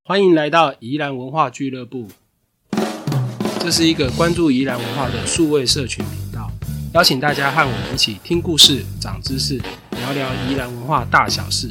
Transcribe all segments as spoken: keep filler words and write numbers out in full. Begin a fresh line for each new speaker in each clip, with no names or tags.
欢迎来到宜兰文化俱乐部，这是一个关注宜兰文化的数位社群频道，邀请大家和我们一起听故事、长知识，聊聊宜兰文化大小事。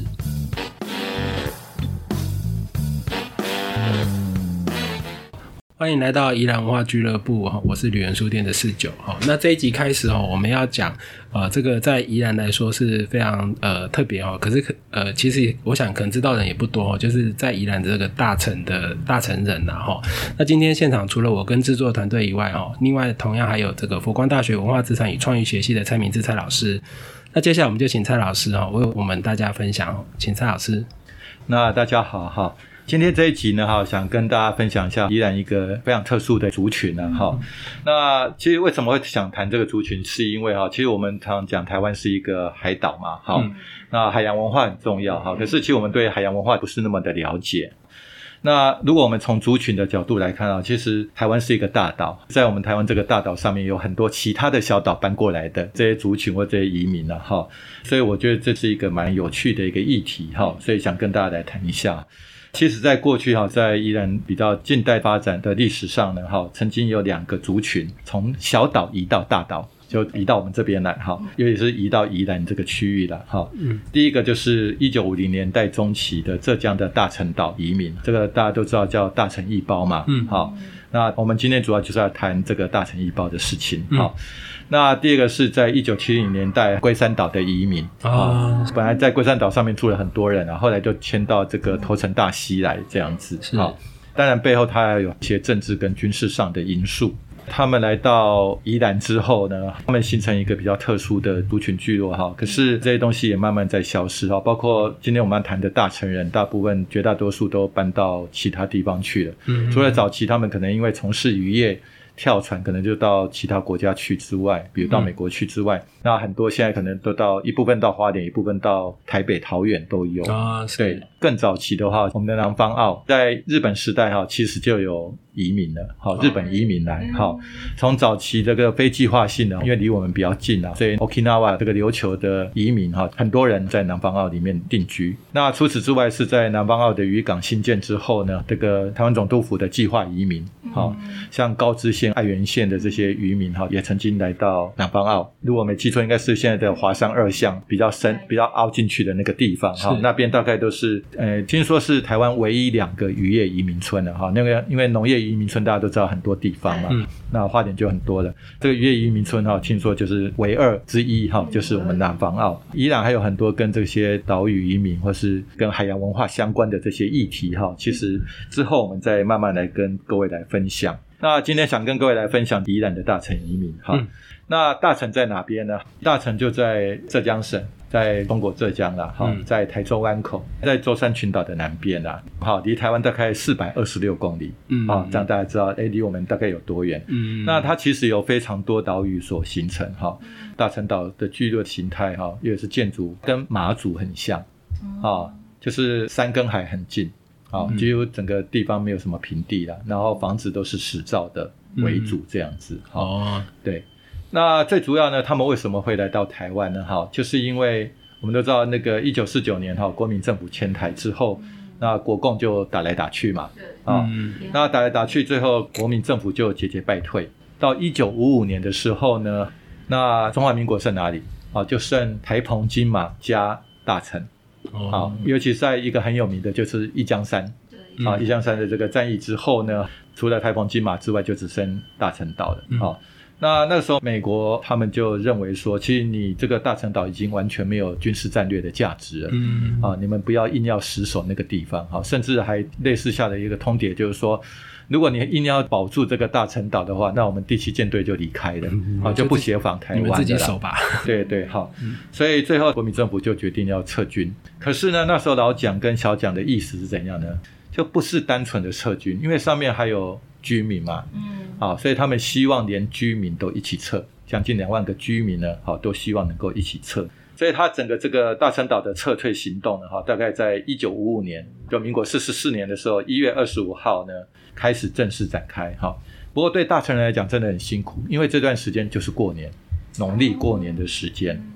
欢迎来到宜兰文化俱乐部，我是旅人书店的四九。那这一集开始我们要讲呃，这个在宜兰来说是非常呃特别可是呃其实我想可能知道的人也不多，就是在宜兰这个大城的大城人啊。那今天现场除了我跟制作团队以外，另外同样还有这个佛光大学文化资产与创意学系的蔡明志蔡老师。那接下来我们就请蔡老师为我们大家分享，请蔡老师。
那大家好哈。今天这一集呢，哈，想跟大家分享一下宜兰一个非常特殊的族群呢，哈。那其实为什么会想谈这个族群，是因为哈，其实我们常常讲台湾是一个海岛嘛，哈、嗯，那海洋文化很重要哈。可是其实我们对海洋文化不是那么的了解。那如果我们从族群的角度来看啊，其实台湾是一个大岛，在我们台湾这个大岛上面有很多其他的小岛搬过来的这些族群或这些移民啊，哈。所以我觉得这是一个蛮有趣的一个议题哈，所以想跟大家来谈一下。其实在过去在宜兰比较近代发展的历史上呢，曾经有两个族群从小岛移到大岛，就移到我们这边来，尤其是移到宜兰这个区域了。第一个就是一九五零年代中期的浙江的大陈岛移民，这个大家都知道叫大陈义胞嘛。嗯，好，那我们今天主要就是要谈这个大陈义胞的事情。好、嗯，那第二个是在一九七零年代龟山岛的移民啊，本来在龟山岛上面住了很多人啊，后来就迁到这个头城大溪来这样子。好，当然背后它还有一些政治跟军事上的因素。他们来到宜兰之后呢，他们形成一个比较特殊的族群聚落哈。可是这些东西也慢慢在消失哈，包括今天我们要谈的大城人，大部分绝大多数都搬到其他地方去了。嗯，除了早期他们可能因为从事渔业跳船可能就到其他国家去之外，比如到美国去之外、嗯、那很多现在可能都到一部分到花莲，一部分到台北桃园都有啊。对，更早期的话，我们的南方澳在日本时代哈，其实就有移民了，好，日本移民来，好，从早期这个非计划性的，因为离我们比较近啊，所以 Okinawa 这个琉球的移民哈，很多人在南方澳里面定居。那除此之外，是在南方澳的渔港新建之后呢，这个台湾总督府的计划移民，好，像高知县、爱媛县的这些渔民哈，也曾经来到南方澳。如果没记错，应该是现在的华山二巷比较深、比较凹进去的那个地方哈，那边大概都是呃，听说是台湾唯一两个渔业移民村了哈。那个因为农业移民村大家都知道很多地方嘛，嗯、那花莲就很多了。这个渔业移民村哈，听说就是唯二之一哈，就是我们南方澳。宜兰还有很多跟这些岛屿移民或是跟海洋文化相关的这些议题哈，其实之后我们再慢慢来跟各位来分享。那今天想跟各位来分享宜兰的大陈移民哈、嗯。那大陈在哪边呢？大陈就在浙江省，在中国浙江啦，嗯、在台州湾口，在舟山群岛的南边啦，好，离台湾大概四百二十六公里，嗯，啊，这样大家知道，哎，离我们大概有多远？嗯，那它其实有非常多岛屿所形成哈，大陈岛的聚落形态哈，也是建筑跟马祖很像，啊，就是山跟海很近。好，几乎整个地方没有什么平地啦，然后房子都是石造的为主这样子。嗯、哦，对。那最主要呢，他们为什么会来到台湾呢？哈，就是因为我们都知道那个一九四九年哈，国民政府迁台之后，那国共就打来打去嘛，啊、嗯，那打来打去，最后国民政府就节节败退。到一九五五年的时候呢，那中华民国剩哪里？啊，就剩台澎金马加大陈。好，尤其在一个很有名的就是一江山，啊，一江山的这个战役之后呢，除了台澎金马之外，就只剩大陈岛了。好、嗯，那那个时候美国他们就认为说，其实你这个大陈岛已经完全没有军事战略的价值了，嗯，啊，你们不要硬要死守那个地方，好，甚至还类似下的一个通牒，就是说，如果你硬要保住这个大陈岛的话，那我们第七舰队就离开了，嗯、啊，就不协防台湾了，
你们自己守吧。
对对，好、嗯，所以最后国民政府就决定要撤军。可是呢，那时候老蒋跟小蒋的意思是怎样呢？就不是单纯的撤军，因为上面还有居民嘛，嗯，好，所以他们希望连居民都一起撤，将近两万个居民呢，好，都希望能够一起撤。所以他整个这个大陈岛的撤退行动呢，大概在一九五五年，就民国四十四年的时候，一月二十五号呢开始正式展开。不过对大陈人来讲真的很辛苦，因为这段时间就是过年，农历过年的时间。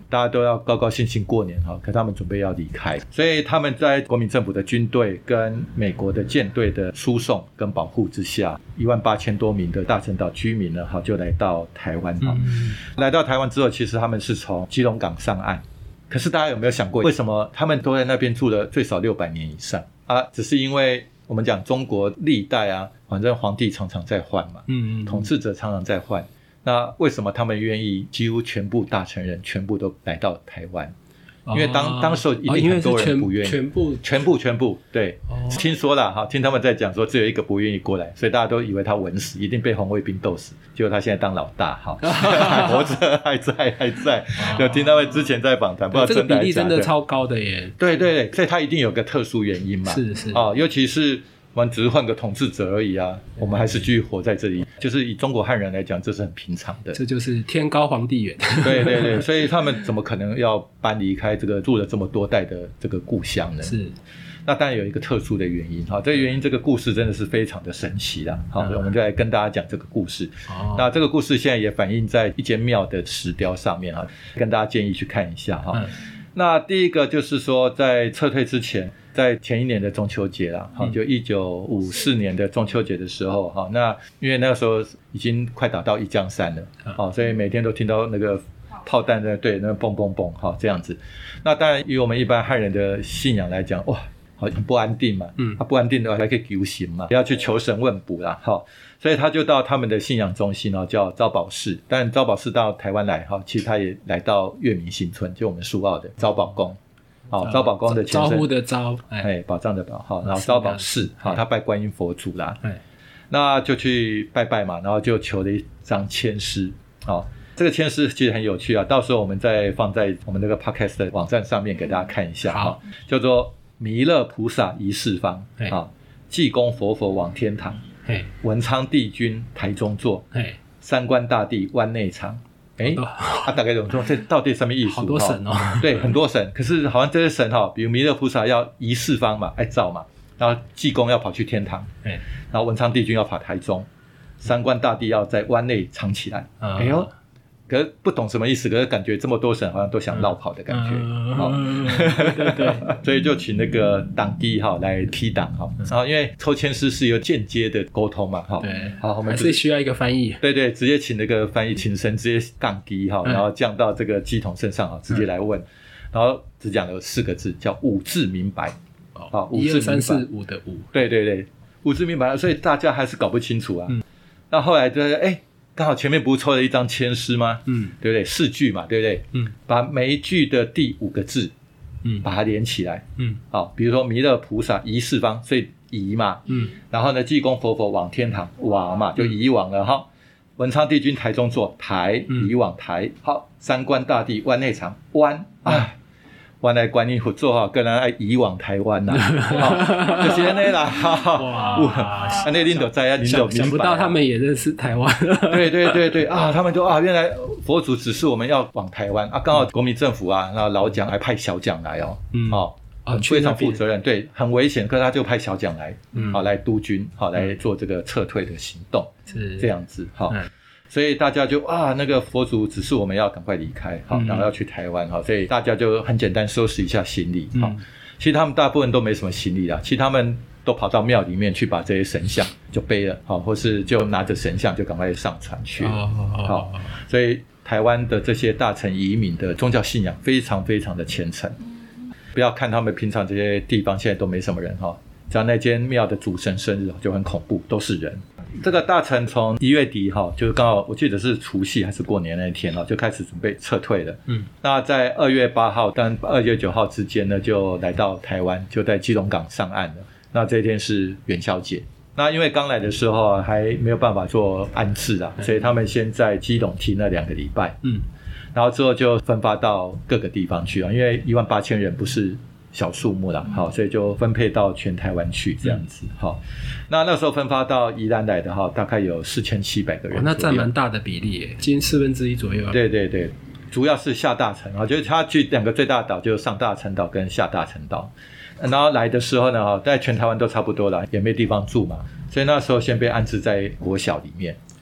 大家都要高高兴兴过年哈，可他们准备要离开，所以他们在国民政府的军队跟美国的舰队的输送跟保护之下，一万八千多名的大陈岛居民呢，哈，就来到台湾哈、嗯。来到台湾之后，其实他们是从基隆港上岸，可是大家有没有想过，为什么他们都在那边住了最少六百年以上啊？只是因为我们讲中国历代啊，反正皇帝常常在换嘛，嗯嗯，统治者常常在换。那为什么他们愿意几乎全部大陈人全部都来到台湾？因为当、哦、当时一定很多人不愿意，
哦、全部
全部全部对、哦，听说了哈，听他们在讲说只有一个不愿意过来，所以大家都以为他稳死，一定被红卫兵斗死。结果他现在当老大哈，还活着，还在还在。有、哦、听他们之前在访谈，不知道真的还是假的。
这个比例真的超高的耶。
对对对，所以他一定有个特殊原因嘛。
是是
哦，尤其是。我们只是换个统治者而已啊，我们还是继续活在这里。就是以中国汉人来讲，这是很平常的。
这就是天高皇帝远。
对对对，所以他们怎么可能要搬离开这个住了这么多代的这个故乡呢？
是。
那当然有一个特殊的原因，哈，这个原因这个故事真的是非常的神奇啦。好、嗯，我们就来跟大家讲这个故事。哦、那这个故事现在也反映在一间庙的石雕上面哈，跟大家建议去看一下哈。嗯、那第一个就是说，在撤退之前。在前一年的中秋节啦，就一九五四年的中秋节的时候，哈，那因为那个时候已经快打到一江山了，好，所以每天都听到那个炮弹在对那个蹦蹦蹦，哈，这样子。那当然，以我们一般汉人的信仰来讲，哇，好很不安定嘛，嗯，他不安定的话还可以求神嘛，要去求神问卜啦，哈，所以他就到他们的信仰中心哦，叫招宝寺。但招宝寺到台湾来，哈，其实他也来到月明新村，就我们苏澳的招宝宫。好、哦，招宝宫的前身，
招呼的招，
哎，宝藏的宝，好，然后招宝寺，好，他拜观音佛祖啦，
哎，
那就去拜拜嘛，然后就求了一张签诗，好，这个签诗其实很有趣啊，到时候我们再放在我们那个 podcast 的网站上面给大家看一下，好，叫做弥勒菩萨一四方，啊，济公佛佛往天堂，文昌帝君台中坐，三官大帝湾内藏。哎，啊，大概怎么说？这到底什么意思？
好多神哦，
对，很多神。可是好像这些神哈，比如弥勒菩萨要移四方嘛，爱造嘛，然后济公要跑去天堂，哎，然后文昌帝君要跑台中，三官大帝要在湾内藏起来。嗯、哎呦，可是不懂什么意思，可是感觉这么多神好像都想绕跑的感觉，
嗯
好、
嗯哦，对对，
所以就请那个党机哈来批党哈，然后因为抽签诗是有间接的沟通嘛，哈，
对，
好，我们
还是需要一个翻译，
对对，直接请那个翻译，请神直接党机哈，然后降到这个乩童身上哈，直接来问，然后只讲了四个字，叫五字明白，
哦，一二三四五的五，
对对对，五字明白，所以大家还是搞不清楚啊，嗯，那后来就哎。刚好前面不是抽了一张签诗吗？嗯，对不对？四句嘛，对不对？嗯，把每一句的第五个字，嗯，把它连起来，嗯，好，比如说弥勒菩萨移四方，所以移嘛，嗯，然后呢，济公佛佛往天堂，往嘛就移往了哈。文昌帝君台中坐，台移往台，好，三官大帝湾内藏，湾啊。湾内观音佛祖哈，跟人爱移往台湾呐，就是安尼啦。哇，安尼恁就知啊，恁就明白。
想不到他们也认识台湾。
对对对对啊，他们就啊，原来佛祖指示我们要往台湾啊，刚好国民政府啊，那老蒋还派小蒋来哦，嗯，哦，很非常负责任，对，很危险，可是他就派小蒋来，嗯，好来督军，好来做这个撤退的行动，是这样子，好。所以大家就啊，那个佛祖指示我们要赶快离开，好，然后要去台湾，好，所以大家就很简单收拾一下行李，好、嗯。其实他们大部分都没什么行李啦，其实他们都跑到庙里面去把这些神像就背了，好，或是就拿着神像就赶快上船去了，好。所以台湾的这些大臣移民的宗教信仰非常非常的虔诚，不要看他们平常这些地方现在都没什么人哈，只要那间庙的主神生日就很恐怖，都是人。这个大臣从一月底哈，就是刚好我记得是除夕还是过年那一天哈，就开始准备撤退了。嗯，那在二月八号跟二月九号之间呢，就来到台湾，就在基隆港上岸了。那这一天是元宵节。那因为刚来的时候还没有办法做安置啦，所以他们先在基隆停了两个礼拜。嗯，然后之后就分发到各个地方去啊，因为一万八千人不是小数目啦，好，所以就分配到全台湾去这样子，好。那那时候分发到宜兰来的哈，大概有四千七百个人、哦，
那占蛮大的比例耶，近四分之一左右、啊。
对对对，主要是下大陈啊，就是他去两个最大的岛，就是上大陈岛跟下大陈岛。然后来的时候呢，在全台湾都差不多啦，也没地方住嘛，所以那时候先被安置在国小里面。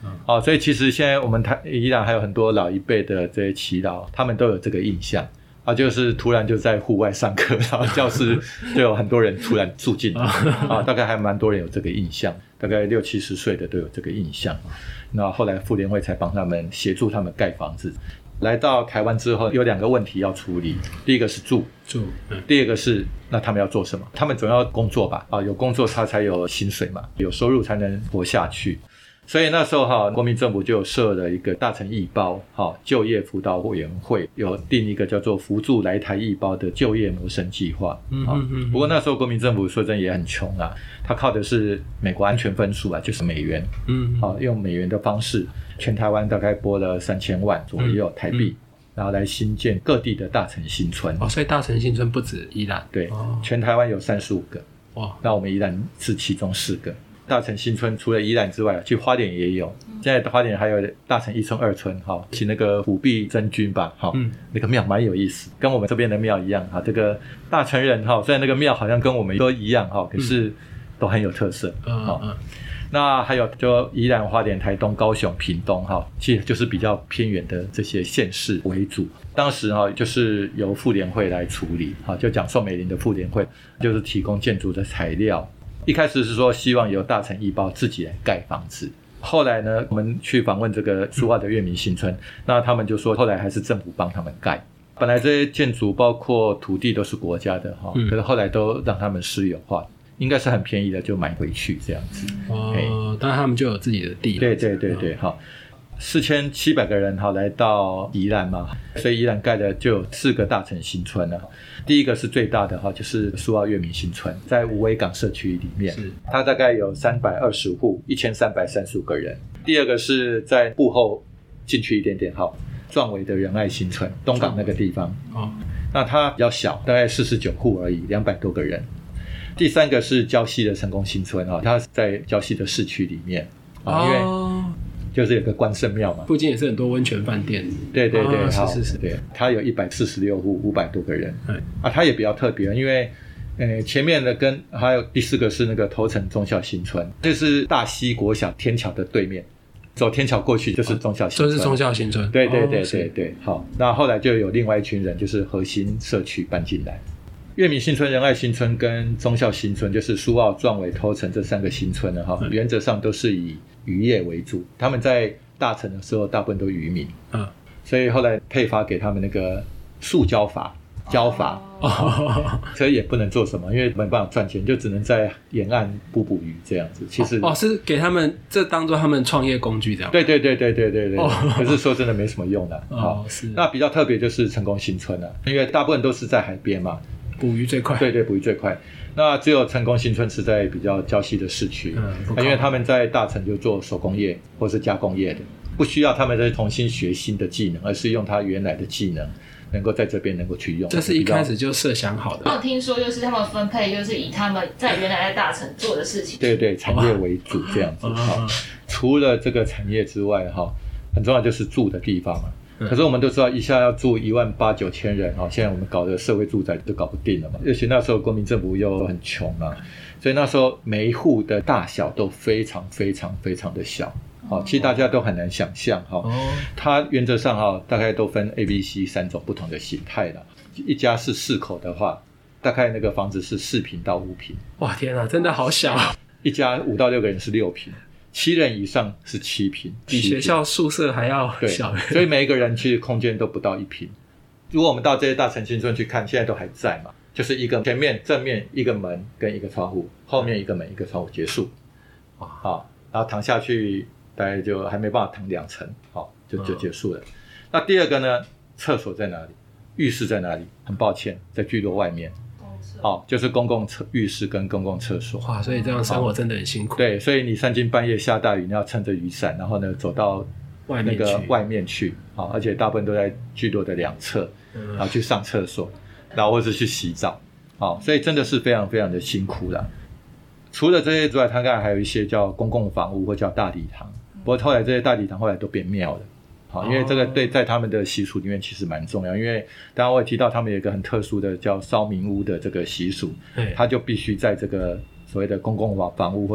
哦，所以其实现在我们台宜兰还有很多老一辈的这些耆老，他们都有这个印象啊，就是突然就在户外上课，然后教室就有很多人突然住进来啊，大概还蛮多人有这个印象，大概六七十岁的都有这个印象。那后来妇联会才帮他们协助他们盖房子。来到台湾之后，有两个问题要处理，第一个是住，
住，嗯，
第二个是那他们要做什么？他们总要工作吧？啊，有工作他才有薪水嘛，有收入才能活下去。所以那时候哈，国民政府就有设了一个大成义胞哈就业辅导委员会，有定一个叫做扶助来台义胞的就业谋生计划。嗯嗯嗯。不过那时候国民政府说真的也很穷啊，他靠的是美国安全分数啊，就是美元。嗯。好，用美元的方式，全台湾大概拨了三千万左右台币。嗯嗯，然后来新建各地的大成新村。
哦，所以大成新村不止宜兰。
对，
哦，
全台湾有三十五个。哇，那我们宜兰是其中四个。大成新村除了宜兰之外，其实花莲也有。现在花莲还有大成一村、二村，哈，请那个虎壁真君吧，哈，嗯，那个庙蛮有意思，跟我们这边的庙一样，哈，这个大成人，哈，虽然那个庙好像跟我们都一样，哈，可是都很有特色，嗯嗯。那还有就宜兰、花莲、台东、高雄、屏东，哈，其实就是比较偏远的这些县市为主。当时哈就是由妇联会来处理，哈，就讲宋美龄的妇联会，就是提供建筑的材料。一开始是说希望由大成义胞自己来盖房子，后来呢，我们去访问这个苏澳的月明新村，那他们就说后来还是政府帮他们盖。本来这些建筑包括土地都是国家的哈，可是后来都让他们私有化。应该是很便宜的，就买回去这样子。
哦，当然他们就有自己的地。
对对对对，好，四千七百个人哈来到宜兰嘛，所以宜兰盖的就有四个大成新村了。第一个是最大的哈，就是苏澳月明新村，在五尾港社区里面，它大概有三百二十户，一千三百三十五个人。第二个是在步后进去一点点哈，壮围的仁爱新村，东港那个地方。哦，那它比较小，大概四十九户而已，两百多个人。第三个是礁溪的成功新村，它在礁溪的市区里面，哦，因为就是有个关圣庙嘛，
附近也是很多温泉饭店。
对对对，
哦，
好，
是是是，
对，它有一百四十六户，五百多个人。嗯，啊，它也比较特别，因为呃前面的跟还有第四个是那个头城忠孝新村，这是大溪国小天桥的对面，走天桥过去就是忠孝新村，
哦，就是忠孝新村。
对对对对对，好，那后来就有另外一群人，就是核心社区搬进来。月明新村、仁爱新村跟忠孝新村，就是苏澳、壮围、头城这三个新村呢，哈，嗯，原则上都是以渔业为主。他们在大城的时候，大部分都渔民，嗯，所以后来配发给他们那个塑胶筏、胶筏，哦，所以也不能做什么，因为没办法赚钱，就只能在沿岸捕捕鱼这样子。其实
哦, 哦，是给他们这当做他们创业工具这样。
对对对对对对对。哦，可是说真的没什么用的。
哦，是。
那比较特别就是成功新村了，因为大部分都是在海边嘛。
捕鱼最快，
对对，捕鱼最快。那只有成功新村是在比较礁溪的市区，嗯，因为他们在大城就做手工业或是加工业的，不需要他们再重新学新的技能，而是用他原来的技能，能够在这边能够去用。
这是一开始就设想好的。
我听说就是他们分配，就是以他们在原来在大城做的事情，
对对，产业为主这样子。哈，除了这个产业之外，哈，很重要就是住的地方嘛。可是我们都知道一下要住一万八九千人，现在我们搞的社会住宅都搞不定了嘛，而且那时候国民政府又很穷啊，所以那时候每一户的大小都非常非常非常的小，其实大家都很难想象，它原则上大概都分 A、B、C 三种不同的形态了。一家是四口的话，大概那个房子是四坪到五坪。
哇，天啊，真的好小。
一家五到六个人是六坪。七人以上是七坪，
比学校宿舍还要小。
对，所以每一个人其实空间都不到一坪。如果我们到这些大成新村去看，现在都还在嘛，就是一个前面正面一个门跟一个窗户，后面一个门一个窗户结束。好，然后躺下去大概就还没办法躺两层，好，就就结束了。那第二个呢，厕所在哪里？浴室在哪里？很抱歉，在聚落外面。好，就是公共浴室跟公共厕所。
哇，所以这样生活真的很辛苦。
对，所以你三更半夜下大雨，你要撑着雨伞，然后呢走到那个外面去，好，而且大部分都在聚落的两侧，然后去上厕所，然后或是去洗澡，好，所以真的是非常非常的辛苦啦。除了这些之外，它刚才还有一些叫公共房屋或叫大礼堂，不过后来这些大礼堂后来都变庙了。好，因为这个对在他们的习俗里面其实蛮重要，因为当然我也提到他们有一个很特殊的叫烧冥屋的这个习俗，他就必须在这个所谓的公共房屋或在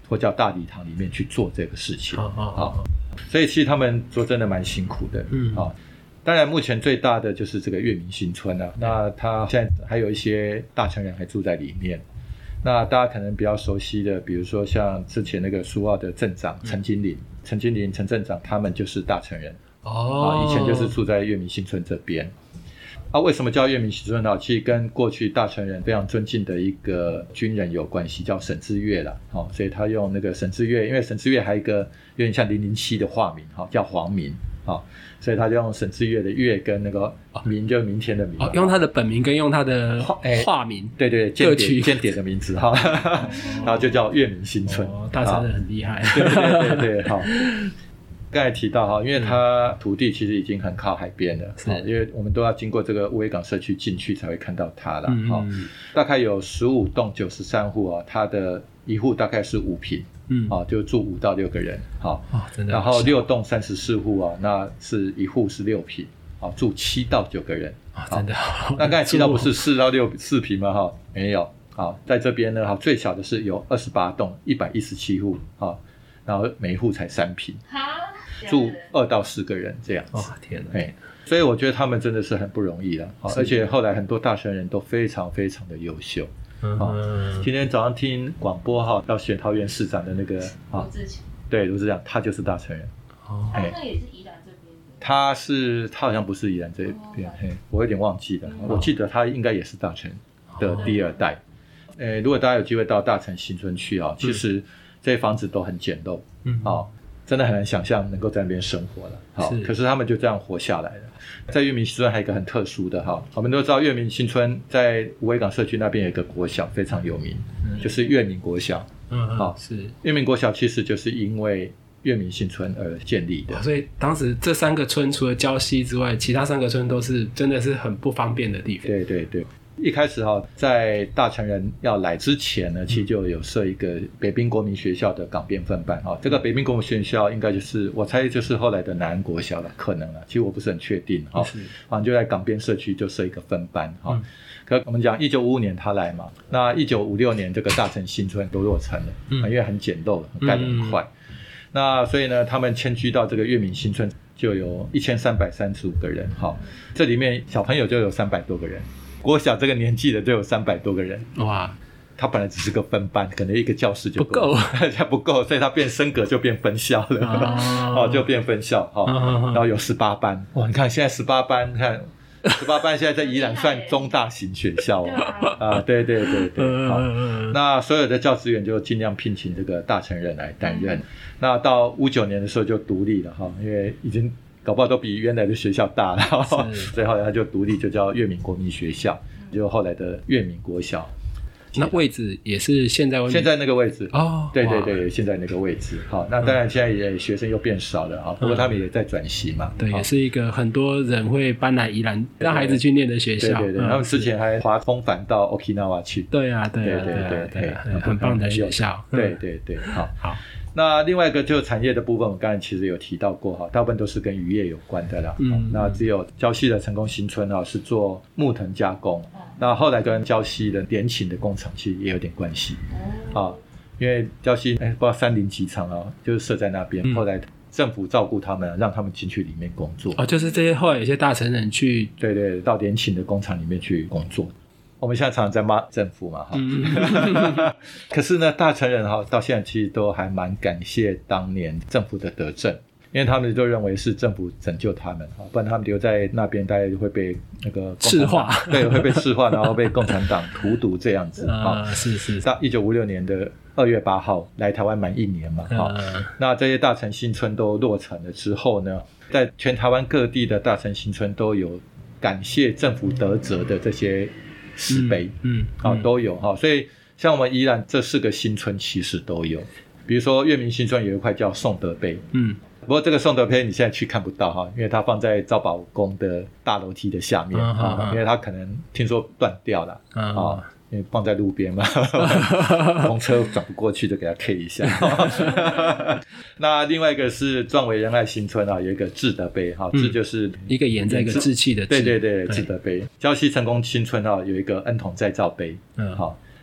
佛教大礼堂里面去做这个事情。
哦哦哦，
所以其实他们说真的蛮辛苦的。嗯，啊，当然目前最大的就是这个月明新村啊，那他现在还有一些大乘人还住在里面。那大家可能比较熟悉的，比如说像之前那个苏澳的镇长陈金林、陈金林陈镇长，他们就是大乘人。哦，啊，以前就是住在月明新村这边。啊，为什么叫月明新村呢？其实跟过去大乘人非常尊敬的一个军人有关系，叫沈志岳啦。哦，所以他用那个沈志岳，因为沈志岳还有一个有点像零零七的化名，哈，叫黄明。哦，所以他就用沈志岳的岳跟那个明，就是明天的明。
哦，用他的本名跟用他的化名，
对对，间谍间谍的名字哈，然后就叫月明新村。
哦，大乘人很厉害。
对对对对，好。刚才提到哈，因为它土地其实已经很靠海边了，嗯，因为我们都要经过这个乌尾港社区进去才会看到它了。嗯嗯，大概有十五栋九十三户啊，它的一户大概是五坪，嗯，啊，就住五到六个人，好，哦，真的。然后六栋三十四户啊，那是一户是六坪，啊，住七到九个人，
啊，真的。
那刚才提到不是四到六四坪吗？哈，没有，啊，在这边呢，哈，最小的是有二十八栋，一百一十七户，啊，然后每一户才三坪。住二到四个人这样子。哦，天哪！哎，所以我觉得他们真的是很不容易了，而且后来很多大乘人都非常非常的优秀。嗯，哦，今天早上听广播哈，要选桃园市长的那个
卢志强，
对，卢志强，他就是大乘人。
哦，他那也是宜兰这边的。
他是他好像不是宜兰这边，哦，嘿，我有点忘记了，嗯，我记得他应该也是大乘的第二代。呃，哦，如果大家有机会到大乘新村去啊，其实这些房子都很简陋，嗯，哦。真的很难想象能够在那边生活了，好，可是他们就这样活下来了。在月明新村还有一个很特殊的哈，我们都知道月明新村在五尾港社区那边有一个国小非常有名，嗯，就是月明国小。嗯，好，是月明国小其实就是因为月明新村而建立的，
所以当时这三个村除了礁溪之外，其他三个村都是真的是很不方便的地方。
对对对。一开始哈，在大乘人要来之前呢，其实就有设一个北滨国民学校的港边分班哈。这个北滨国民学校应该就是我猜就是后来的南安国小了，可能了，其实我不是很确定哈。反正就在港边社区就设一个分班哈。嗯，可我们讲一九五五年他来嘛，那一九五六年这个大乘新村都落成了，嗯，因为很简陋，盖得很快。嗯，那所以呢，他们迁居到这个月明新村就有一千三百三十五个人哈，这里面小朋友就有三百多个人。国小这个年纪的就有三百多个人，哇！他本来只是个分班，可能一个教室就
不够，
不够，所以他变升格就变分校了，哦，就变分校哈，哦，然后有十八班，哇！你看现在十八班，你看十八班现在在宜兰算中大型学校啊，啊，对对对对，好，那所有的教职员就尽量聘请这个大乘人来担任，那到五九年的时候就独立了哈，因为已经。搞不好都比原来的学校大了，所以后来他就独立，就叫月明国民学校，就后来的月明国小。
那位置也是现在
现在那个位置哦，对对对，现在那个位置。好，那当然现在也学生又变少了啊，不过他们也在转型嘛。
对，也是一个很多人会搬来宜兰让孩子去念的学校。
对对对，他们之前还划风返到 Okinawa 去。
对啊，对啊，对对对，很棒的学校。
对对对，好好。那另外一个就产业的部分，我刚才其实有提到过哈，大部分都是跟渔业有关的啦。嗯，那只有礁溪的成功新村啊是做木藤加工，那后来跟礁溪的联勤的工厂其实也有点关系啊，因为礁溪哎不知道三菱机厂啊，就是设在那边，嗯，后来政府照顾他们，让他们进去里面工作。
哦，就是这些后来有些大成人去，
对对，到联勤的工厂里面去工作。我们现在常常在骂政府嘛，哈、嗯，可是呢，大成人哈到现在其实都还蛮感谢当年政府的德政，因为他们就认为是政府拯救他们，不然他们留在那边，大概会被那个
赤化，
对，会被赤化，然后被共产党荼毒这样子啊、
嗯。是是。
到一九五六年的二月八号来台湾满一年嘛，哈、嗯，那这些大成新村都落成了之后呢，在全台湾各地的大成新村都有感谢政府德泽的这些石碑，嗯，啊、嗯哦、都有哈，所以像我们宜兰这四个新村其实都有，比如说月明新村有一块叫宋德碑，嗯，不过这个宋德碑你现在去看不到哈，因为它放在招宝宫的大楼梯的下面啊、嗯，因为它可能听说断掉了啊、嗯哦，因为放在路边嘛，公车转不过去就给它 K 一下。那另外一个是壮维仁爱新村啊，有一个志德碑哈，志、嗯、就是
一个言在一个志气的志，
对对对，志德碑。礁溪成功新村啊，有一个恩统再造碑，嗯，好。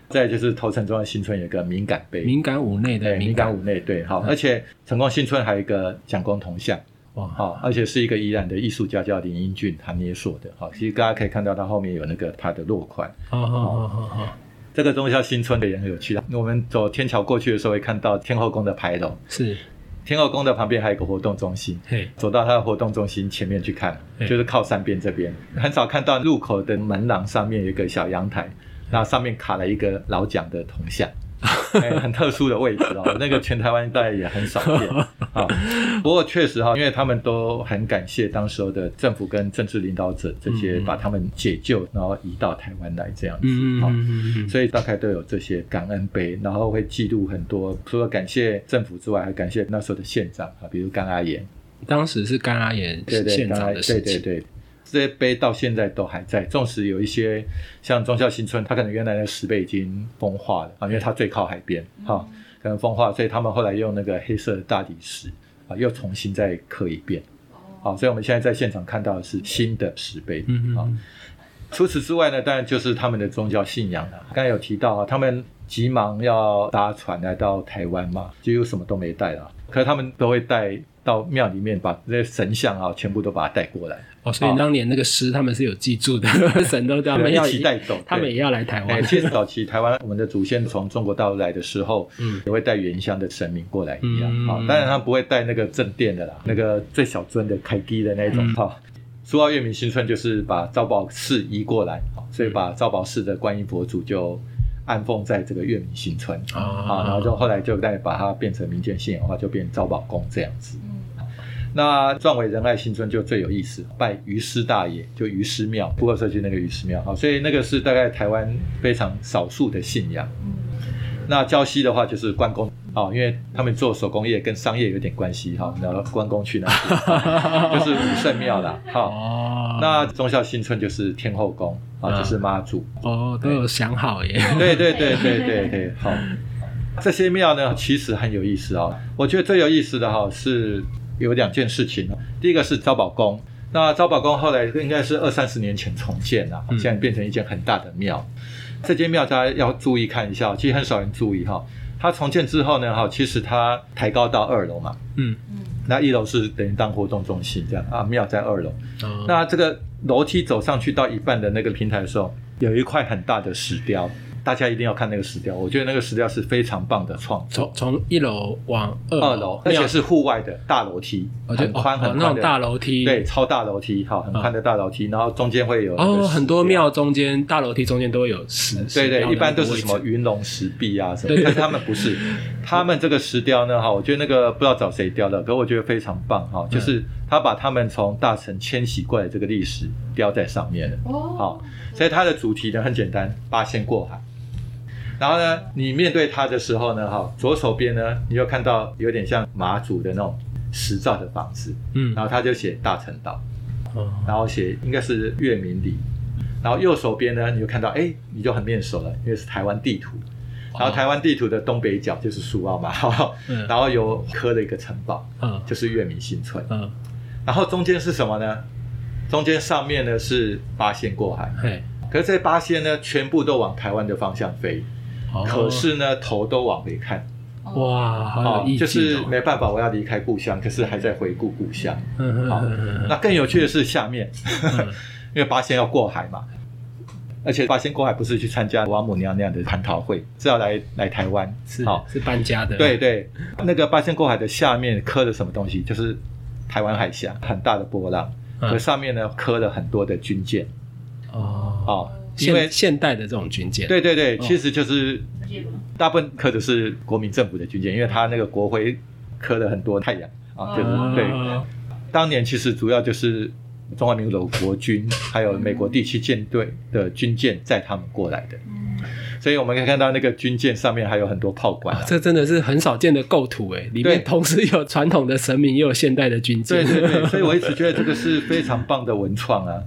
再就是头城中央新村有一个敏感碑，
敏感五内的
敏感五内，对，好，而且成功新村还有一个蒋公铜像。哇，好，而且是一个宜兰的艺术家叫林英俊他捏塑的，好，其实大家可以看到他后面有那个他的落款。
好好好好，
这个忠孝新村的也很有趣，我们走天桥过去的时候会看到天后宫的牌楼，
是
天后宫的旁边还有一个活动中心，走到它的活动中心前面去看，就是靠山边这边，很少看到入口的门廊上面有一个小阳台，然后上面卡了一个老蒋的铜像。欸、很特殊的位置哦，那个全台湾大概也很少见啊。不过确实哈，因为他们都很感谢当时候的政府跟政治领导者这些，把他们解救，然后移到台湾来这样子啊、嗯，所以大概都有这些感恩碑，然后会记录很多，除了感谢政府之外，还感谢那时候的县长啊，比如甘阿言，
当时是甘阿言县长的事情，
对对对。这些碑到现在都还在，纵使有一些像忠孝新村，它可能原来的石碑已经风化了啊，因为它最靠海边哈、啊，可能风化，所以他们后来用那个黑色的大理石啊，又重新再刻一遍，好、啊，所以我们现在在现场看到的是新的石碑啊。除此之外呢，当然就是他们的宗教信仰了。刚才有提到啊，他们急忙要搭船来到台湾嘛，几乎什么都没带了，可是他们都会带到庙里面，把这些神像啊全部都把它带过来。
哦，所以当年那个诗他们是有记住的，神都他们要
一起带走，
他们也要来台湾。
其实早期台湾我们的祖先从中国大陆来的时候，嗯，也会带原乡的神明过来一样。好、嗯，当然他不会带那个正殿的啦，那个最小尊的开基的那种哈。苏澳月明新村就是把招宝寺移过来，所以把招宝寺的观音佛祖就安奉在这个月明新村啊，啊然后就后来就再把它变成民间信仰的话，就变招宝宫这样子。那壮伟仁爱新村就最有意思，拜鱼师大爷，就鱼师庙，布克社区那个鱼师庙，好，所以那个是大概台湾非常少数的信仰。那礁溪的话就是关公，哦，因为他们做手工业跟商业有点关系哈，然后关公去那里就是武圣庙啦。好、哦，那忠孝新村就是天后宫啊，就是妈祖。
哦，都有想好耶。
对对对对对对，好。这些庙呢，其实很有意思哦。我觉得最有意思的哈是有两件事情。第一个是招宝宫，那招宝宫后来应该是二三十年前重建了，现在变成一间很大的庙。嗯、这间庙大家要注意看一下，其实很少人注意哈。它重建之后呢，哈，其实它抬高到二楼嘛，嗯嗯，那一楼是等于当活动中心这样啊，庙在二楼。哦、那这个楼梯走上去到一半的那个平台的时候，有一块很大的石雕。大家一定要看那个石雕，我觉得那个石雕是非常棒的创作。
从从一楼往二楼，
二楼，而且是户外的大楼梯，很宽很宽的、哦、
那种大楼梯，
对，超大楼梯，好，很宽的大楼梯，然后中间会有
哦，很多庙中间大楼梯中间都会有石，
对对，一般都是什么云龙石壁啊什么，但是他们不是，他们这个石雕呢，哈，我觉得那个不知道找谁雕的，可我觉得非常棒哈，就是他把他们从大城迁徙过来这个历史雕在上面了，哦，好，所以它的主题呢很简单，八仙过海。然后呢，你面对它的时候呢，哈，左手边呢，你就看到有点像马祖的那种石造的房子，嗯，然后他就写大陈岛，哦，然后写应该是月明里，然后右手边呢，你就看到，哎，你就很面熟了，因为是台湾地图，然后台湾地图的东北角就是苏澳嘛，哦、然后有刻了一个城堡，嗯，就是月明新村，嗯，然后中间是什么呢？中间上面呢是八仙过海，嘿，可是这八仙呢，全部都往台湾的方向飞。哦、可是呢，头都往回看，
哇，好有意境、哦、
就是没办法，我要离开故乡，可是还在回顾故乡。嗯好，那更有趣的是下面，嗯、因为八仙要过海嘛，而且八仙过海不是去参加王母娘娘的蟠桃会，是要来来台湾，
是好是搬家的。
对对，那个八仙过海的下面刻了什么东西？就是台湾海峡很大的波浪，嗯、可上面呢刻了很多的军舰。哦，好。
因为现代的这种军舰，
对对对，其实就是大部分刻的是国民政府的军舰，因为他那个国徽刻了很多太阳啊，就是对。当年其实主要就是中华民国国军还有美国第七舰队的军舰载他们过来的，所以我们可以看到那个军舰上面还有很多炮管、啊
哦、这真的是很少见的构图诶，里面同时有传统的神明，也有现代的军舰。
对对对，所以我一直觉得这个是非常棒的文创啊。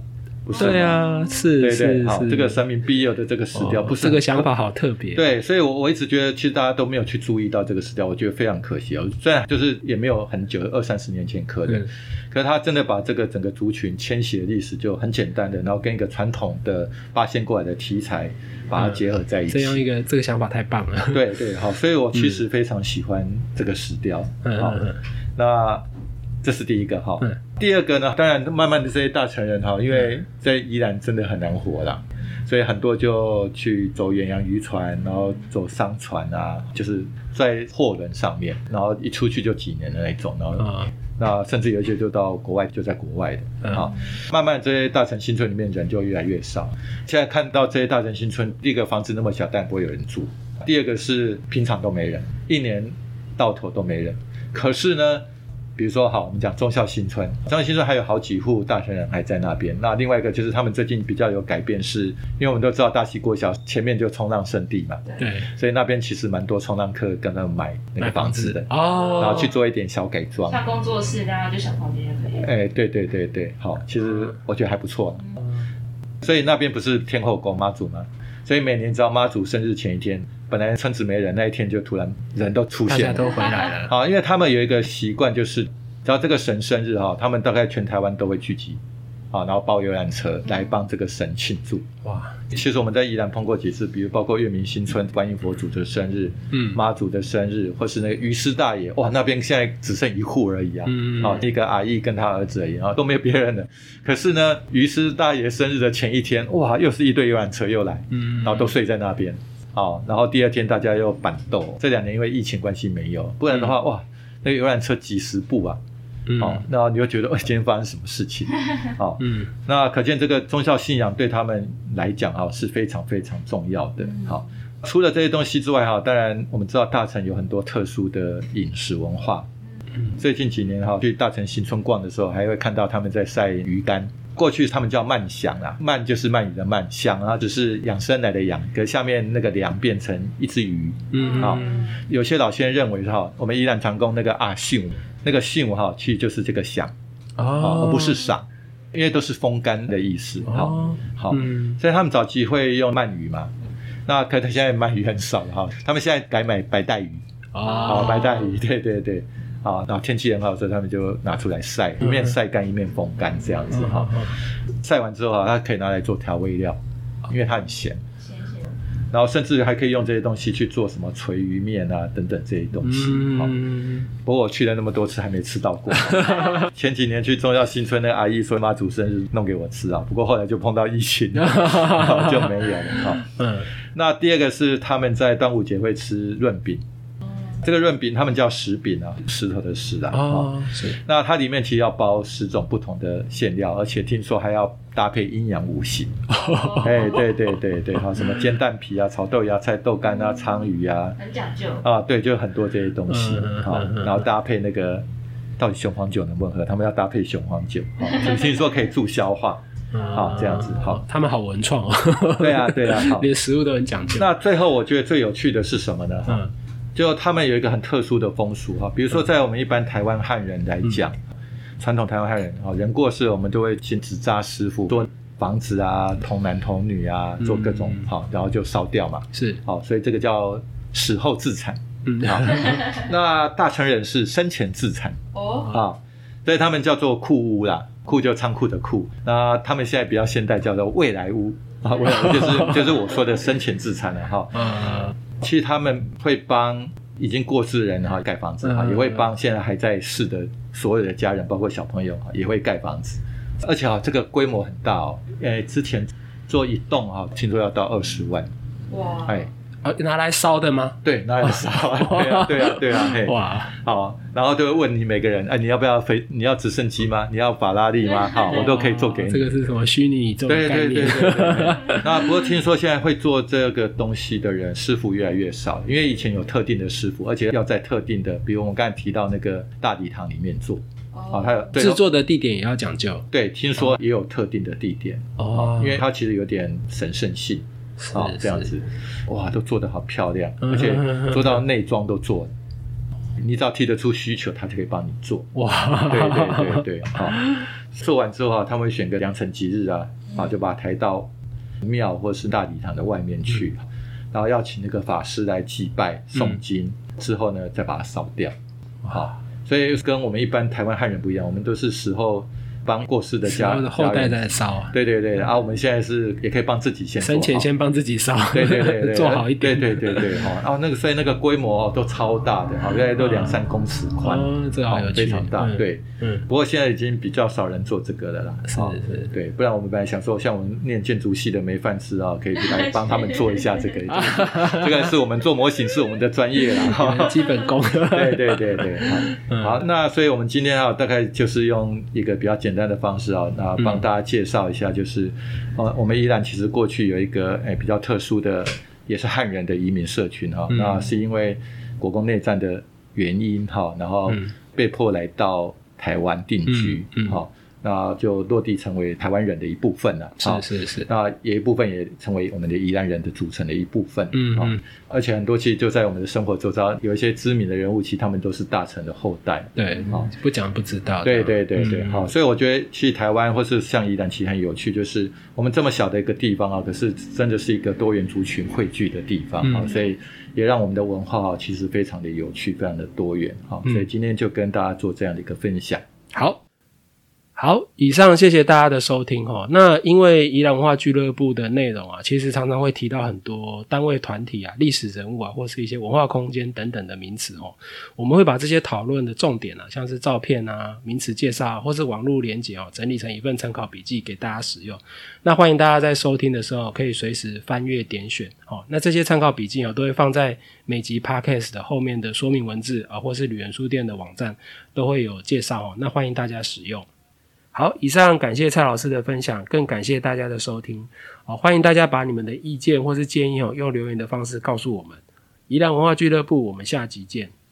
不是吗？
对啊，是，
对对，
是
好，
是
这个神明庇佑的这个石雕，
哦
不是
这个想法好特别。
对，所以我我一直觉得，其实大家都没有去注意到这个石雕，我觉得非常可惜哦。虽然就是也没有很久，二三十年前刻的，
嗯
可是他真的把这个整个族群迁徙的历史就很简单的，然后跟一个传统的八仙过来的题材把它结合在一起。
这样一个这个想法太棒了。
对对，好，所以我其实非常喜欢这个石雕。
嗯
好，
嗯嗯
那这是第一个哈。
嗯
第二个呢，当然慢慢的这些大成人哈，因为在宜兰真的很难活啦。所以很多就去走远洋渔船，然后走商船啊，就是在货轮上面，然后一出去就几年的那种，然后、
嗯
那甚至有一些就到国外，就在国外的、
嗯
啊。慢慢这些大城新村里面人就越来越少。现在看到这些大城新村，第一个房子那么小，但不会有人住；第二个是平常都没人，一年到头都没人。可是呢，比如说好，我们讲忠孝新村，忠孝新村还有好几户大成人还在那边。那另外一个就是他们最近比较有改变是，因为我们都知道大溪国小前面就冲浪圣地嘛，
对，
所以那边其实蛮多冲浪客跟他们买那个房子的，
哦，
然后去做一点小改装，
像工作室，然后就小房间就可以了。
哎，对对对对，好，其实我觉得还不错。所以那边不是天后宫妈祖吗？所以每年只要妈祖生日前一天，本来村子没人，那一天就突然人都出现了，
大家都回来了。
好，因为他们有一个习惯，就是只要这个神生日哈，他们大概全台湾都会聚集，好，然后包游览车来帮这个神庆祝。
哇，
其实我们在宜兰碰过几次，比如包括月明新村观音佛祖的生日，
嗯
妈祖的生日，或是那个渔师大爷，哇，那边现在只剩一户而已啊，
嗯
好，一个阿姨跟他儿子而已，然后都没有别人了。可是呢，渔师大爷生日的前一天，哇，又是一堆游览车又来，
嗯
然后都睡在那边。好，然后第二天大家又板斗，这两年因为疫情关系没有，不然的话，
嗯
哇，那个游览车几十部啊，
嗯
好，然后你就觉得，哦，今天发生什么事情？好，
嗯
那可见这个宗教信仰对他们来讲啊是非常非常重要的。好，除了这些东西之外哈，当然我们知道大城有很多特殊的饮食文化。最近几年哈，去大城新村逛的时候，还会看到他们在晒鱼干。过去他们叫鳗响啦，鳗就是鳗鱼的鳗，响啊只是养生来的养，可下面那个梁变成一只鱼。
嗯
好，有些老先生认为哈，我们宜兰长工那个啊信，那个信哈，其实就是这个响。
哦，
而不是赏，因为都是风干的意思。好，
哦
好，
嗯
所以他们早期会用鳗鱼嘛，那可能现在鳗鱼很少了哈，他们现在改买白带鱼，
哦
好，白带鱼，对对对，好，然后天气很好的时候，他们就拿出来晒，一面晒干一面风干这样子哈，晒完之后啊，它可以拿来做调味料，因为它很咸。
谢谢。
然后甚至还可以用这些东西去做什么垂鱼面啊等等这些东西。好，
嗯
不过我去了那么多次还没吃到过。前几年去忠孝新村，那个阿姨说妈祖生日弄给我吃啊，不过后来就碰到疫情，就没有了。好，
嗯
那第二个是他们在端午节会吃润饼，这个润饼他们叫石饼啊，石头的石啊。
哦是
那它里面其实要包十种不同的馅料，而且听说还要搭配阴阳五行。哎，对对对对，好，什么煎蛋皮啊、炒豆芽菜、豆干啊、鲳鱼啊，
很讲究。
啊，对，就很多这些东西。
嗯嗯
好，
嗯嗯
然后搭配那个到底雄黄酒能不能喝？他们要搭配雄黄酒，好，听说可以助消化。好，这样子好。
他们好文创哦。
对啊，对啊，好。
连食物都很讲究。
那最后我觉得最有趣的是什么呢？
嗯
就他们有一个很特殊的风俗哈，比如说在我们一般台湾汉人来讲，传统台湾汉人哈，人过世我们都会请纸扎师傅做房子啊，童男童女啊，做各种好，然后就烧掉嘛。
是
好，所以这个叫死后自产。
嗯
好，那大成人是生前自产
哦，
啊，所以他们叫做库屋啦，库就仓库的库。那他们现在比较现代叫做未来屋啊，未来屋就是就是我说的生前自产了哈。
嗯
其实他们会帮已经过世的人哈盖房子哈，
嗯
也会帮现在还在世的所有的家人，包括小朋友哈，也会盖房子。而且哈，这个规模很大哦，呃，之前做一栋哈，听说要到二十万，
哇，
哎，
哦拿来烧的吗？
对，那来烧啊，对啊，对啊，对啊，嘿，
哇
好，然后就会问你每个人，哎，你要不要飞？你要直升机吗？你要法拉利吗？好，我都可以做给你。
这个是什么虚拟宇宙的
对
概念？
对对对对对。那不过听说现在会做这个东西的人，师傅越来越少，因为以前有特定的师傅，而且要在特定的，比如我们刚才提到那个大礼堂里面做。啊，它有对
制作的地点也要讲究
对，听说也有特定的地点
哦，
因为它其实有点神圣性啊，这样子，哇，都做得好漂亮，而且做到内装都做了。你只要提得出需求，他就可以帮你做。
哇，
对对对对，好， 做完之后啊，他们会选个良辰吉日啊，啊就把它抬到庙或是大礼堂的外面去，嗯、然后要请那个法师来祭拜诵经，嗯、之后呢再把它烧掉。好，所以跟我们一般台湾汉人不一样，我们都是死后帮过世的家
的后代在烧啊。
对对对，然后、啊、我们现在是也可以帮自己先做好，
生前先帮自己烧，
对对对对，
做好一点。
对对对对，哈，然后那个所以那个规模都超大的，好，大概都两三公尺宽，
哦，这个好有趣，
非常大，
嗯、
对，嗯。不过现在已经比较少人做这个了啦，
是是，
对，不然我们本来想说，像我们念建筑系的没饭吃啊，可以来帮他们做一下这个，这个是我们做模型是我们的专业啦，
基本功。
对对对对，好，嗯、好，那所以我们今天啊，大概就是用一个比较简单的方式啊。那帮大家介绍一下，就是、嗯呃、我们宜兰其实过去有一个、欸、比较特殊的，也是汉人的移民社群哈、嗯。那是因为国共内战的原因哈，然后被迫来到台湾定居哈。嗯嗯那就落地成为台湾人的一部分了，
是是是。
那有一部分也成为我们的宜兰人的组成的一部分，嗯嗯。而且很多其实就在我们的生活周遭，有一些知名的人物，其实他们都是大臣的后代，
对，哦、不讲不知道。
对对对对，好、嗯，所以我觉得其实台湾或是像宜兰其实很有趣，就是我们这么小的一个地方啊，可是真的是一个多元族群汇聚的地方啊、嗯，所以也让我们的文化啊其实非常的有趣，非常的多元啊、嗯，所以今天就跟大家做这样的一个分享。
好。好，以上谢谢大家的收听齁。那因为宜兰文化俱乐部的内容啊，其实常常会提到很多单位团体啊、历史人物啊，或是一些文化空间等等的名词齁。我们会把这些讨论的重点啊，像是照片啊、名词介绍、啊、或是网络连结哦，整理成一份参考笔记给大家使用。那欢迎大家在收听的时候可以随时翻阅点选哦。那这些参考笔记哦，都会放在每集 Podcast 的后面的说明文字啊，或是旅人书店的网站都会有介绍哦。那欢迎大家使用。好，以上感谢蔡老师的分享，更感谢大家的收听。好，欢迎大家把你们的意见或是建议用留言的方式告诉我们。宜兰文化俱乐部，我们下集见。